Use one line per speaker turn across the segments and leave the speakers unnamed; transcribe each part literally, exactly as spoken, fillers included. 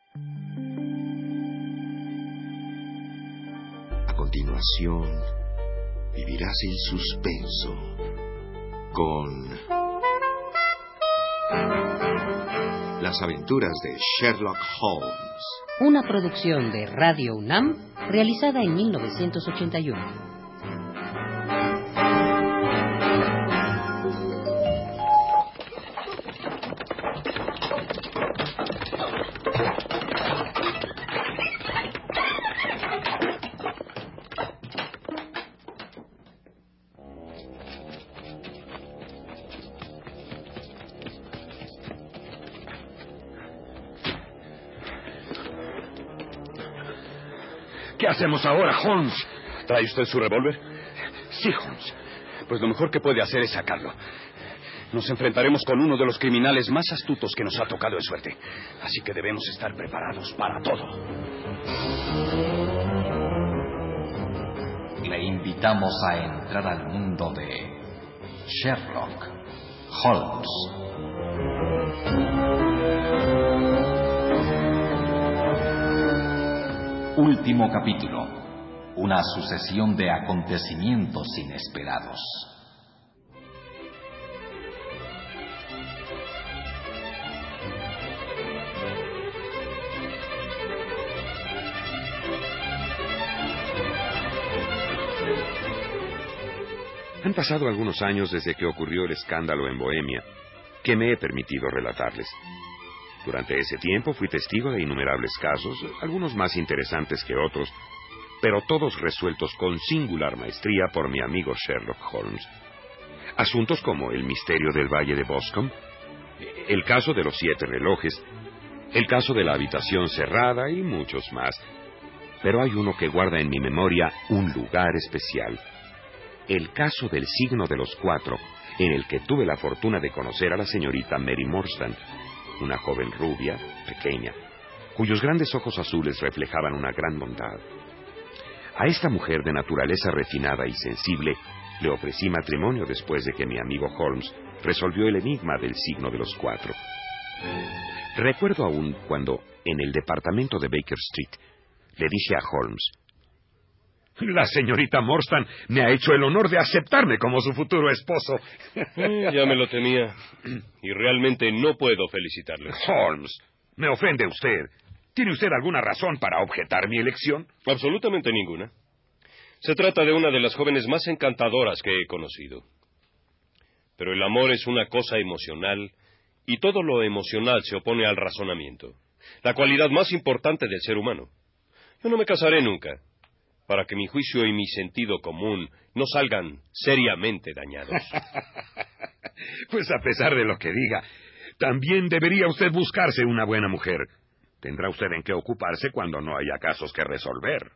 A continuación, vivirás el suspenso con Las aventuras de Sherlock Holmes.
Una producción de Radio UNAM realizada en mil novecientos ochenta y uno.
¿Qué hacemos ahora, Holmes?
¿Trae usted su revólver?
Sí, Holmes. Pues lo mejor que puede hacer es sacarlo. Nos enfrentaremos con uno de los criminales más astutos que nos ha tocado de suerte. Así que debemos estar preparados para todo.
Le invitamos a entrar al mundo de Sherlock Holmes. Último capítulo. Una sucesión de acontecimientos inesperados.
Han pasado algunos años desde que ocurrió el escándalo en Bohemia, que me he permitido relatarles. Durante ese tiempo fui testigo de innumerables casos, algunos más interesantes que otros, pero todos resueltos con singular maestría por mi amigo Sherlock Holmes. Asuntos como el misterio del Valle de Boscombe, el caso de los siete relojes, el caso de la habitación cerrada y muchos más. Pero hay uno que guarda en mi memoria un lugar especial. El caso del signo de los cuatro, en el que tuve la fortuna de conocer a la señorita Mary Morstan, una joven rubia, pequeña, cuyos grandes ojos azules reflejaban una gran bondad. A esta mujer de naturaleza refinada y sensible le ofrecí matrimonio después de que mi amigo Holmes resolvió el enigma del signo de los cuatro. Recuerdo aún cuando, en el departamento de Baker Street, le dije a Holmes: «La señorita Morstan me ha hecho el honor de aceptarme como su futuro esposo».
Eh, ya me lo temía. Y realmente no puedo felicitarle.
Holmes, me ofende usted. ¿Tiene usted alguna razón para objetar mi elección?
Absolutamente ninguna. Se trata de una de las jóvenes más encantadoras que he conocido. Pero el amor es una cosa emocional, y todo lo emocional se opone al razonamiento, la cualidad más importante del ser humano. Yo no me casaré nunca, para que mi juicio y mi sentido común no salgan seriamente dañados.
Pues a pesar de lo que diga, también debería usted buscarse una buena mujer. Tendrá usted en qué ocuparse cuando no haya casos que resolver.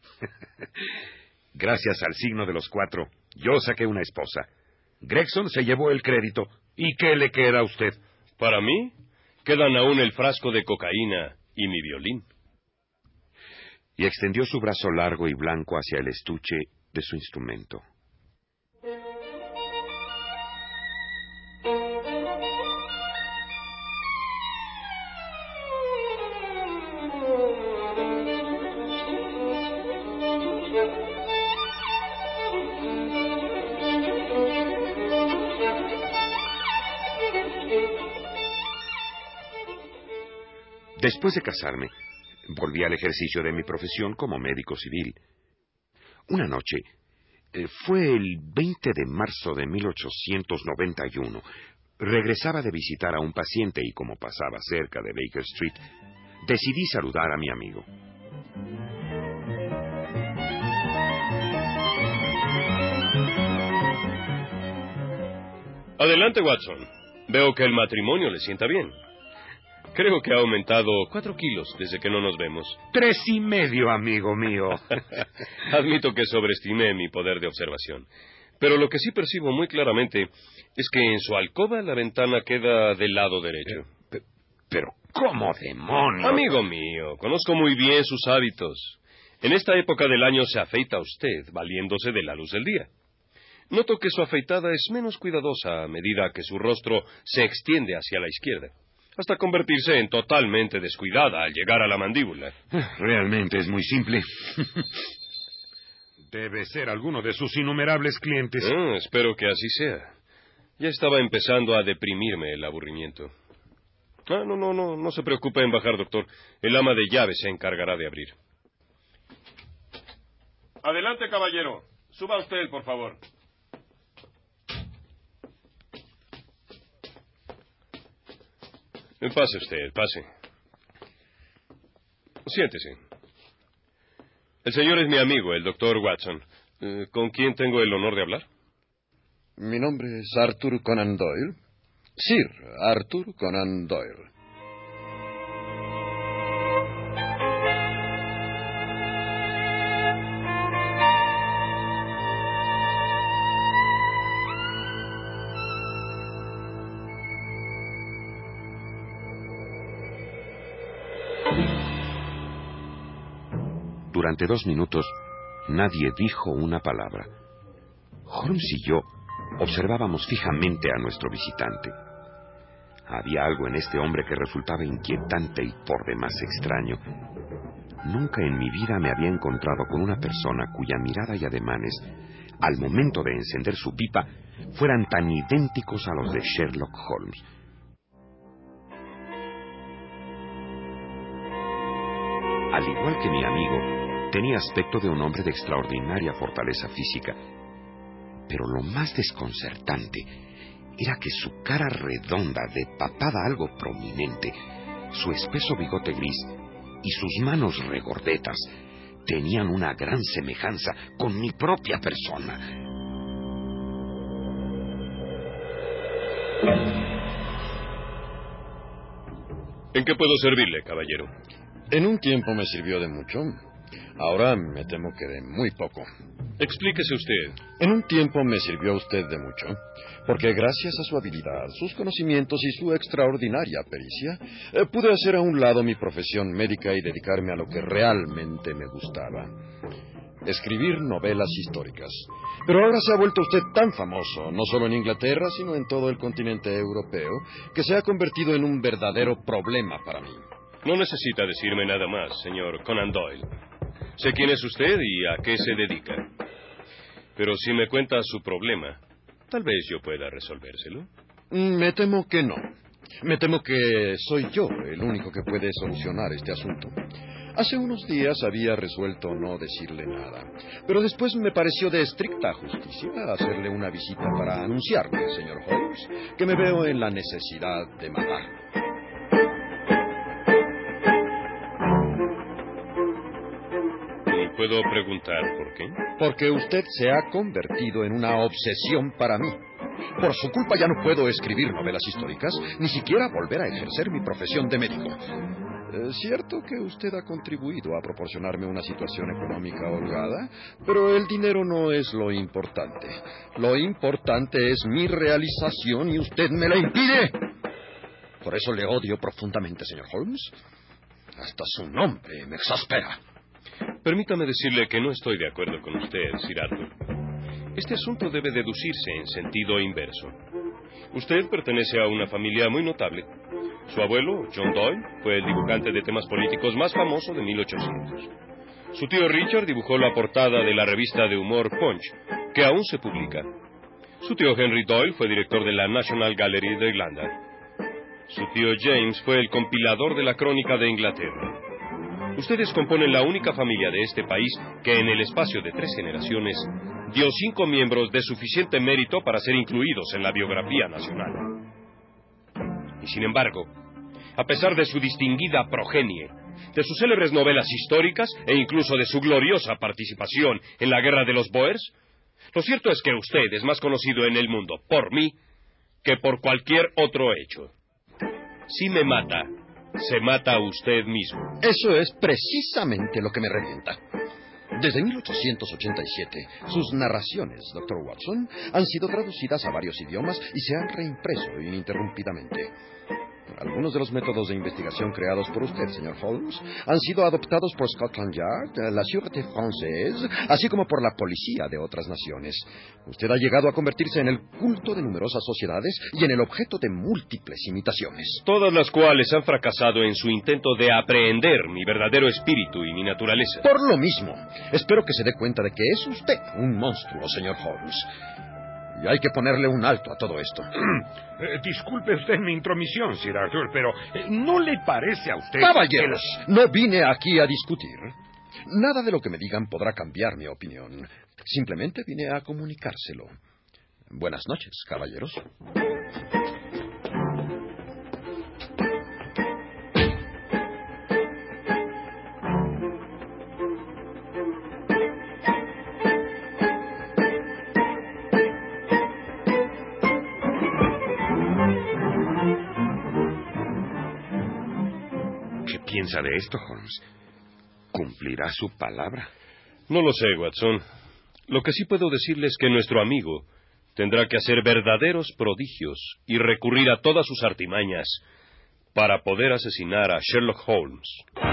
Gracias al signo de los cuatro, yo saqué una esposa. Gregson se llevó el crédito. ¿Y qué le queda a usted?
Para mí, quedan aún el frasco de cocaína y mi violín.
Y extendió su brazo largo y blanco hacia el estuche de su instrumento. Después de casarme, volví al ejercicio de mi profesión como médico civil. Una noche, eh, fue el veinte de marzo de mil ochocientos noventa y uno, regresaba de visitar a un paciente y como pasaba cerca de Baker Street, decidí saludar a mi amigo.
Adelante, Watson. Veo que el matrimonio le sienta bien. Creo que ha aumentado cuatro kilos desde que no nos vemos.
Tres y medio, amigo mío.
Admito que sobreestimé mi poder de observación. Pero lo que sí percibo muy claramente es que en su alcoba la ventana queda del lado derecho.
Pero, pero ¿cómo demonios?
Amigo mío, conozco muy bien sus hábitos. En esta época del año se afeita usted, valiéndose de la luz del día. Noto que su afeitada es menos cuidadosa a medida que su rostro se extiende hacia la izquierda. hasta convertirse en totalmente descuidada al llegar a la mandíbula.
Realmente es muy simple. Debe ser alguno de sus innumerables clientes.
Ah, espero que así sea. Ya estaba empezando a deprimirme el aburrimiento. Ah, no, no, no, no se preocupe en bajar, doctor. El ama de llaves se encargará de abrir. Adelante, caballero. Suba usted, por favor. Pase usted, pase. Siéntese. El señor es mi amigo, el doctor Watson. Eh, ¿Con quién tengo el honor de hablar?
Mi nombre es Arthur Conan Doyle. Sir Arthur Conan Doyle.
Durante dos minutos, nadie dijo una palabra. Holmes y yo observábamos fijamente a nuestro visitante. Había algo en este hombre que resultaba inquietante y por demás extraño. Nunca en mi vida me había encontrado con una persona cuya mirada y ademanes, al momento de encender su pipa, fueran tan idénticos a los de Sherlock Holmes. Al igual que mi amigo, tenía aspecto de un hombre de extraordinaria fortaleza física, pero lo más desconcertante era que su cara redonda, de papada algo prominente, su espeso bigote gris y sus manos regordetas tenían una gran semejanza con mi propia persona.
¿En qué puedo servirle, caballero?
En un tiempo me sirvió de mucho. Ahora me temo que de muy poco.
Explíquese usted.
En un tiempo me sirvió a usted de mucho, porque gracias a su habilidad, sus conocimientos y su extraordinaria pericia, eh, pude hacer a un lado mi profesión médica y dedicarme a lo que realmente me gustaba: escribir novelas históricas. Pero ahora se ha vuelto usted tan famoso, no solo en Inglaterra, sino en todo el continente europeo, que se ha convertido en un verdadero problema para mí.
No necesita decirme nada más, señor Conan Doyle. Sé quién es usted y a qué se dedica. Pero si me cuenta su problema, tal vez yo pueda resolvérselo.
Me temo que no. Me temo que soy yo el único que puede solucionar este asunto. Hace unos días había resuelto no decirle nada, pero después me pareció de estricta justicia hacerle una visita para anunciarle, señor Holmes, que me veo en la necesidad de matar.
¿Puedo preguntar por qué?
Porque usted se ha convertido en una obsesión para mí. Por su culpa ya no puedo escribir novelas históricas, ni siquiera volver a ejercer mi profesión de médico. Es cierto que usted ha contribuido a proporcionarme una situación económica holgada, pero el dinero no es lo importante. Lo importante es mi realización y usted me la impide. Por eso le odio profundamente, señor Holmes. Hasta su nombre me exaspera.
Permítame decirle que no estoy de acuerdo con usted, Sir Arthur. Este asunto debe deducirse en sentido inverso. Usted pertenece a una familia muy notable. Su abuelo, John Doyle, fue el dibujante de temas políticos más famoso de mil ochocientos. Su tío Richard dibujó la portada de la revista de humor Punch, que aún se publica. Su tío Henry Doyle fue director de la National Gallery de Irlanda. Su tío James fue el compilador de la Crónica de Inglaterra. Ustedes componen la única familia de este país que en el espacio de tres generaciones dio cinco miembros de suficiente mérito para ser incluidos en la biografía nacional. Y sin embargo, a pesar de su distinguida progenie, de sus célebres novelas históricas e incluso de su gloriosa participación en la Guerra de los Boers, lo cierto es que usted es más conocido en el mundo por mí que por cualquier otro hecho. Si me mata, se mata a usted mismo.
Eso es precisamente lo que me revienta. Desde mil ochocientos ochenta y siete, sus narraciones, doctor Watson, han sido traducidas a varios idiomas y se han reimpreso ininterrumpidamente. Algunos de los métodos de investigación creados por usted, señor Holmes, han sido adoptados por Scotland Yard, la Sûreté Française, así como por la policía de otras naciones. Usted ha llegado a convertirse en el culto de numerosas sociedades y en el objeto de múltiples imitaciones.
Todas las cuales han fracasado en su intento de aprehender mi verdadero espíritu y mi naturaleza.
Por lo mismo, espero que se dé cuenta de que es usted un monstruo, señor Holmes. Y hay que ponerle un alto a todo esto.
Eh, disculpe usted mi intromisión, Sir Arthur, pero eh, ¿no le parece a usted...
Caballeros, no vine aquí a discutir. Nada de lo que me digan podrá cambiar mi opinión. Simplemente vine a comunicárselo. Buenas noches, caballeros.
¿Qué piensa de esto, Holmes? ¿Cumplirá su palabra?
No lo sé, Watson. Lo que sí puedo decirle es que nuestro amigo tendrá que hacer verdaderos prodigios y recurrir a todas sus artimañas para poder asesinar a Sherlock Holmes.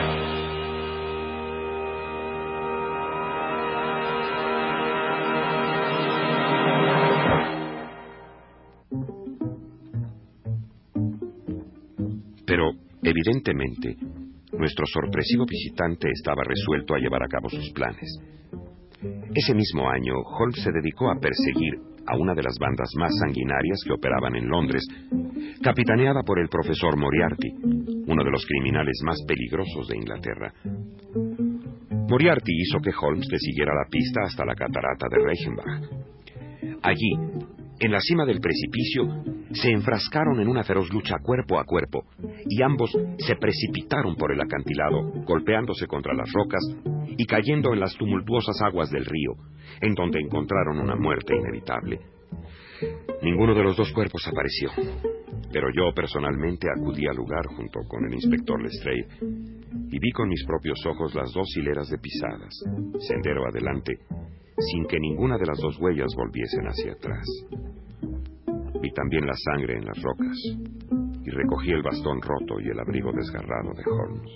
Pero, evidentemente, nuestro sorpresivo visitante estaba resuelto a llevar a cabo sus planes. Ese mismo año, Holmes se dedicó a perseguir a una de las bandas más sanguinarias que operaban en Londres, capitaneada por el profesor Moriarty, uno de los criminales más peligrosos de Inglaterra. Moriarty hizo que Holmes le siguiera la pista hasta la catarata de Reichenbach. Allí, en la cima del precipicio, se enfrascaron en una feroz lucha cuerpo a cuerpo, y ambos se precipitaron por el acantilado, golpeándose contra las rocas y cayendo en las tumultuosas aguas del río, en donde encontraron una muerte inevitable. Ninguno de los dos cuerpos apareció, pero yo personalmente acudí al lugar junto con el inspector Lestrade y vi con mis propios ojos las dos hileras de pisadas, sendero adelante, sin que ninguna de las dos huellas volviesen hacia atrás. Vi también la sangre en las rocas y recogí el bastón roto y el abrigo desgarrado de Holmes.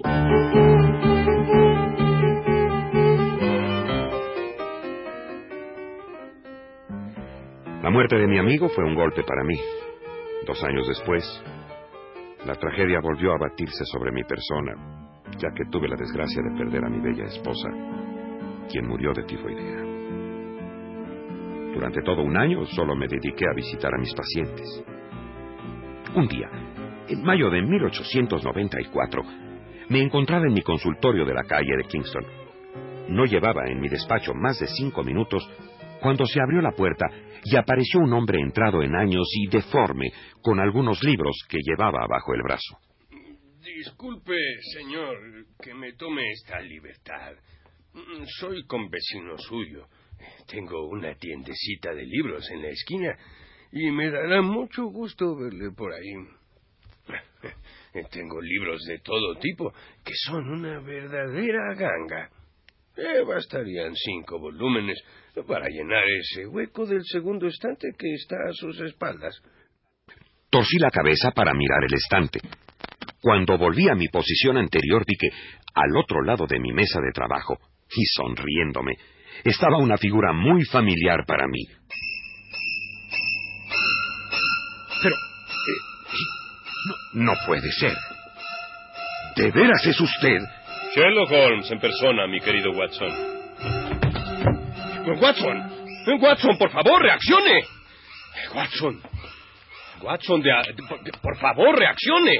La muerte de mi amigo fue un golpe para mí. Dos años después, la tragedia volvió a abatirse sobre mi persona, ya que tuve la desgracia de perder a mi bella esposa, quien murió de tifoidea. Durante todo un año solo me dediqué a visitar a mis pacientes. Un día, en mayo de mil ochocientos noventa y cuatro, me encontraba en mi consultorio de la calle de Kingston. No llevaba en mi despacho más de cinco minutos cuando se abrió la puerta y apareció un hombre entrado en años y deforme, con algunos libros que llevaba bajo el brazo.
Disculpe, señor, que me tome esta libertad. Soy convecino suyo. Tengo una tiendecita de libros en la esquina y me dará mucho gusto verle por ahí. Tengo libros de todo tipo que son una verdadera ganga. Eh, bastarían cinco volúmenes para llenar ese hueco del segundo estante que está a sus espaldas.
Torcí la cabeza para mirar el estante. Cuando volví a mi posición anterior vi que, al otro lado de mi mesa de trabajo, y sonriéndome, estaba una figura muy familiar para mí. Pero... Eh, no, no puede ser. ¿De veras es usted?
Sherlock Holmes en persona, mi querido Watson. ¡Watson! ¡Watson, por favor, reaccione! ¡Watson! ¡Watson, de, de, por favor, reaccione!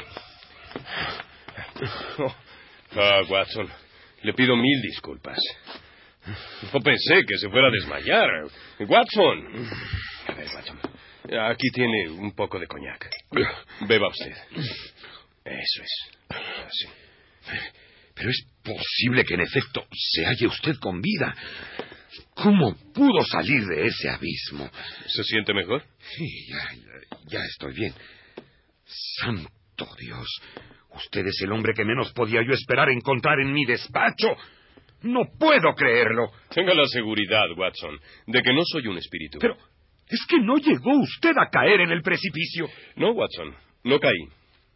Ah, Watson, le pido mil disculpas. No pensé que se fuera a desmayar. ¡Watson! A ver, Watson, aquí tiene un poco de coñac. Beba usted. Eso es. Así.
Pero es posible que en efecto se halle usted con vida. ¿Cómo pudo salir de ese abismo?
¿Se siente mejor?
Sí, ya, ya, ya estoy bien. Santo Dios, usted es el hombre que menos podía yo esperar encontrar en mi despacho. No puedo creerlo.
Tenga la seguridad, Watson, de que no soy un espíritu.
Pero es que no llegó usted a caer en el precipicio.
No, Watson, no caí.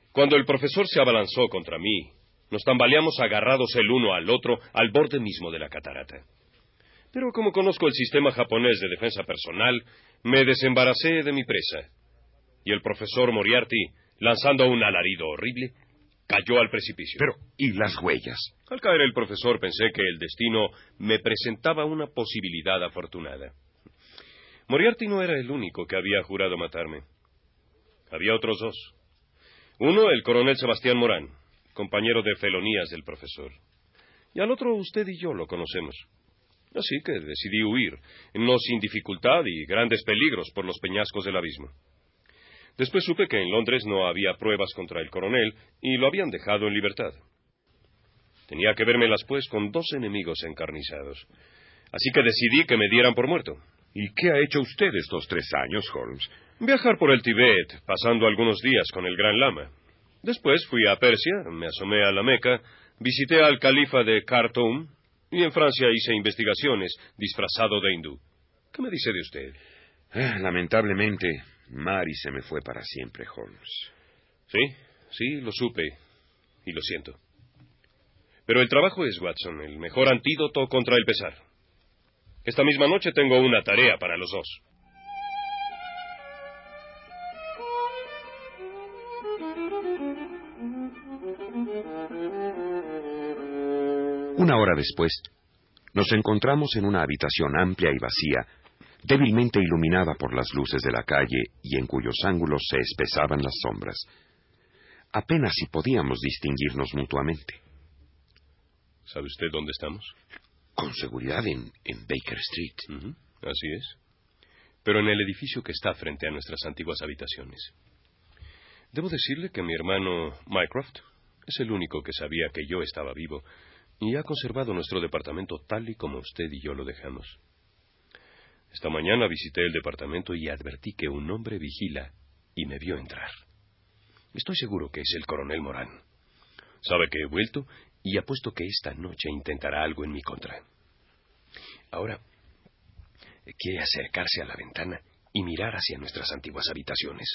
Cuando el profesor se abalanzó contra mí, nos tambaleamos agarrados el uno al otro al borde mismo de la catarata. Pero como conozco el sistema japonés de defensa personal, me desembaracé de mi presa. Y el profesor Moriarty, lanzando un alarido horrible, cayó al precipicio.
Pero, ¿y las huellas?
Al caer el profesor pensé que el destino me presentaba una posibilidad afortunada. Moriarty no era el único que había jurado matarme. Había otros dos. Uno, el coronel Sebastián Morán, compañero de felonías del profesor. Y al otro usted y yo lo conocemos. Así que decidí huir, no sin dificultad y grandes peligros por los peñascos del abismo. Después supe que en Londres no había pruebas contra el coronel y lo habían dejado en libertad. Tenía que vérmelas, pues, con dos enemigos encarnizados. Así que decidí que me dieran por muerto.
¿Y qué ha hecho usted estos tres años, Holmes?
Viajar por el Tíbet, pasando algunos días con el Gran Lama. Después fui a Persia, me asomé a la Meca, visité al califa de Khartoum y en Francia hice investigaciones disfrazado de hindú. ¿Qué me dice de usted?
Ah, lamentablemente, Mary se me fue para siempre, Holmes.
Sí, sí, lo supe y lo siento. Pero el trabajo es, Watson, el mejor antídoto contra el pesar. Esta misma noche tengo una tarea para los dos.
Una hora después, nos encontramos en una habitación amplia y vacía, débilmente iluminada por las luces de la calle y en cuyos ángulos se espesaban las sombras. Apenas si podíamos distinguirnos mutuamente.
¿Sabe usted dónde estamos?
Con seguridad en, en Baker Street.
Uh-huh. Así es. Pero en el edificio que está frente a nuestras antiguas habitaciones. Debo decirle que mi hermano Mycroft es el único que sabía que yo estaba vivo y ha conservado nuestro departamento tal y como usted y yo lo dejamos. Esta mañana visité el departamento y advertí que un hombre vigila y me vio entrar. Estoy seguro que es el coronel Morán. Sabe que he vuelto y apuesto que esta noche intentará algo en mi contra. Ahora, quiere acercarse a la ventana y mirar hacia nuestras antiguas habitaciones.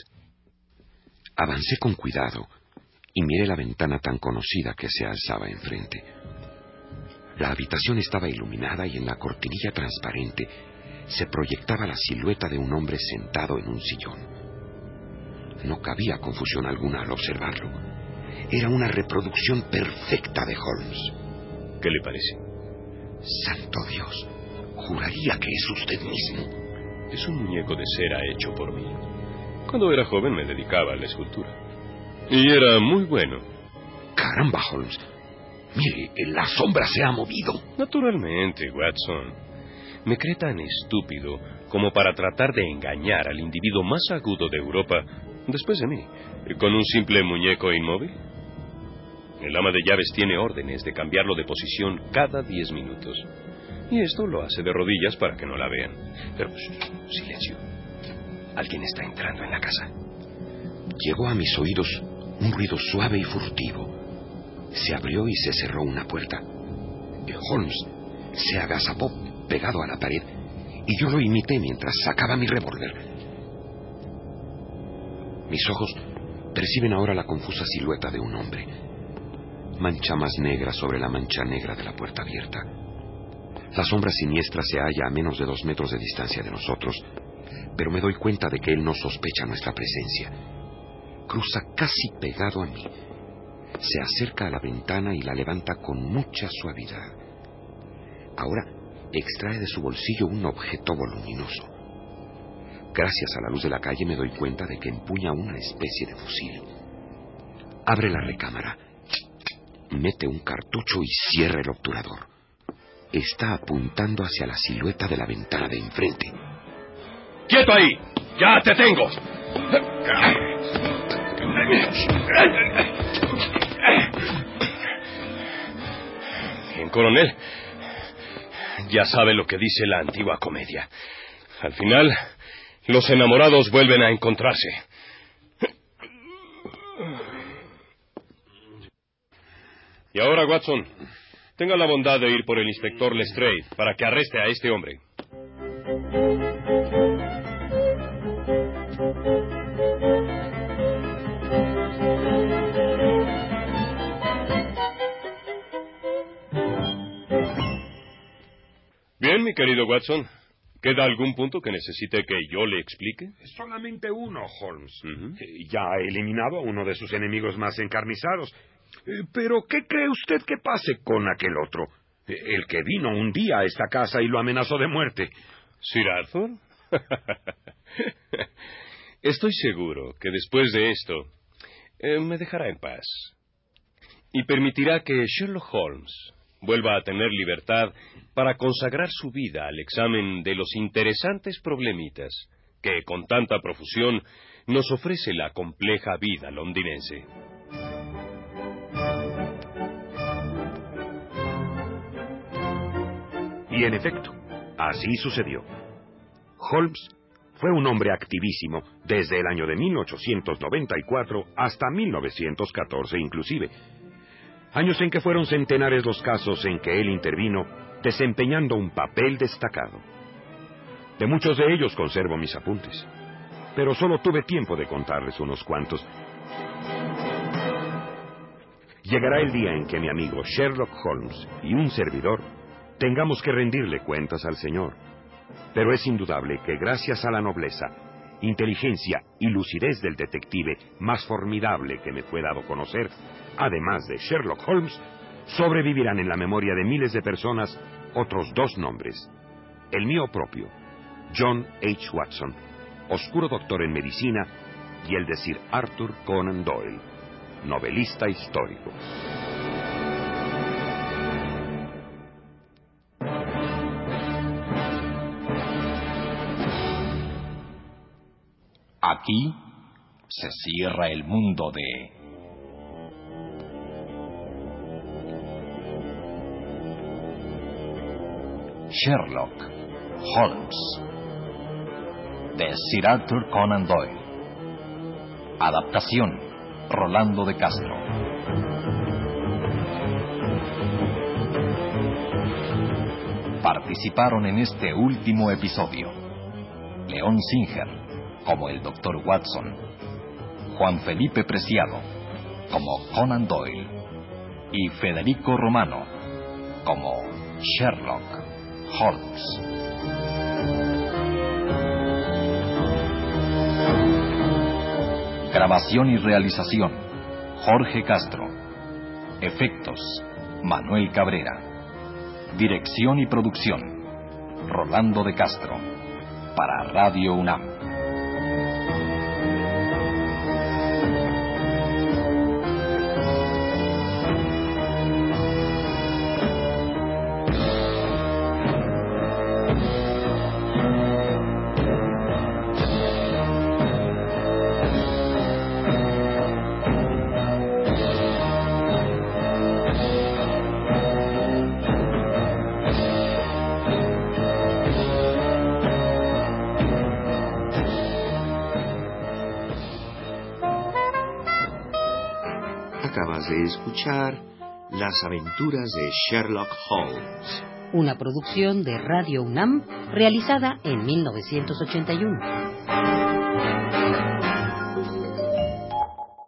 Avancé con cuidado y miré la ventana tan conocida que se alzaba enfrente. La habitación estaba iluminada y en la cortinilla transparente se proyectaba la silueta de un hombre sentado en un sillón. No cabía confusión alguna al observarlo. Era una reproducción perfecta de Holmes.
¿Qué le parece?
¡Santo Dios! Juraría que es usted mismo.
Es un muñeco de cera hecho por mí. Cuando era joven me dedicaba a la escultura. Y era muy bueno.
¡Caramba, Holmes! Mire, la sombra se ha movido.
Naturalmente, Watson. Me cree tan estúpido como para tratar de engañar al individuo más agudo de Europa, después de mí, con un simple muñeco inmóvil. El ama de llaves tiene órdenes de cambiarlo de posición cada diez minutos. Y esto lo hace de rodillas para que no la vean. Pero, shh, silencio. Alguien está entrando en la casa.
Llegó a mis oídos un ruido suave y furtivo. Se abrió y se cerró una puerta. Holmes se agazapó pegado a la pared y yo lo imité mientras sacaba mi revólver. Mis ojos perciben ahora la confusa silueta de un hombre. Mancha más negra sobre la mancha negra de la puerta abierta. La sombra siniestra se halla a menos de dos metros de distancia de nosotros, pero me doy cuenta de que él no sospecha nuestra presencia. Cruza casi pegado a mí. Se acerca a la ventana y la levanta con mucha suavidad. Ahora extrae de su bolsillo un objeto voluminoso. Gracias a la luz de la calle me doy cuenta de que empuña una especie de fusil. Abre la recámara, mete un cartucho y cierra el obturador. Está apuntando hacia la silueta de la ventana de enfrente.
¡Quieto ahí! ¡Ya te tengo! Bien, coronel. Ya sabe lo que dice la antigua comedia. Al final, los enamorados vuelven a encontrarse. Y ahora, Watson, tenga la bondad de ir por el inspector Lestrade para que arreste a este hombre. Bien, mi querido Watson. ¿Queda algún punto que necesite que yo le explique?
Solamente uno, Holmes.
Uh-huh.
Eh, Ya ha eliminado a uno de sus enemigos más encarnizados. Eh, Pero, ¿qué cree usted que pase con aquel otro? Eh, El que vino un día a esta casa y lo amenazó de muerte.
¿Sir Arthur? Estoy seguro que después de esto eh, me dejará en paz y permitirá que Sherlock Holmes vuelva a tener libertad para consagrar su vida al examen de los interesantes problemitas que con tanta profusión nos ofrece la compleja vida londinense.
Y en efecto, así sucedió. Holmes fue un hombre activísimo desde el año de mil ochocientos noventa y cuatro hasta mil novecientos catorce inclusive. Años en que fueron centenares los casos en que él intervino, desempeñando un papel destacado. De muchos de ellos conservo mis apuntes, pero solo tuve tiempo de contarles unos cuantos. Llegará el día en que mi amigo Sherlock Holmes y un servidor tengamos que rendirle cuentas al Señor. Pero es indudable que gracias a la nobleza, inteligencia y lucidez del detective más formidable que me fue dado conocer, además de Sherlock Holmes, sobrevivirán en la memoria de miles de personas otros dos nombres. El mío propio, John H. Watson, oscuro doctor en medicina, y el de Sir Arthur Conan Doyle, novelista histórico.
Aquí se cierra el mundo de Sherlock Holmes, de Sir Arthur Conan Doyle. Adaptación: Rolando de Castro. Participaron en este último episodio León Singer como el doctor Watson, Juan Felipe Preciado como Conan Doyle y Federico Romano como Sherlock Holmes. Grabación y realización: Jorge Castro. Efectos: Manuel Cabrera. Dirección y producción: Rolando de Castro. Para Radio UNAM.
Acabas de escuchar Las aventuras de Sherlock Holmes,
una producción de Radio UNAM realizada en mil novecientos ochenta y uno.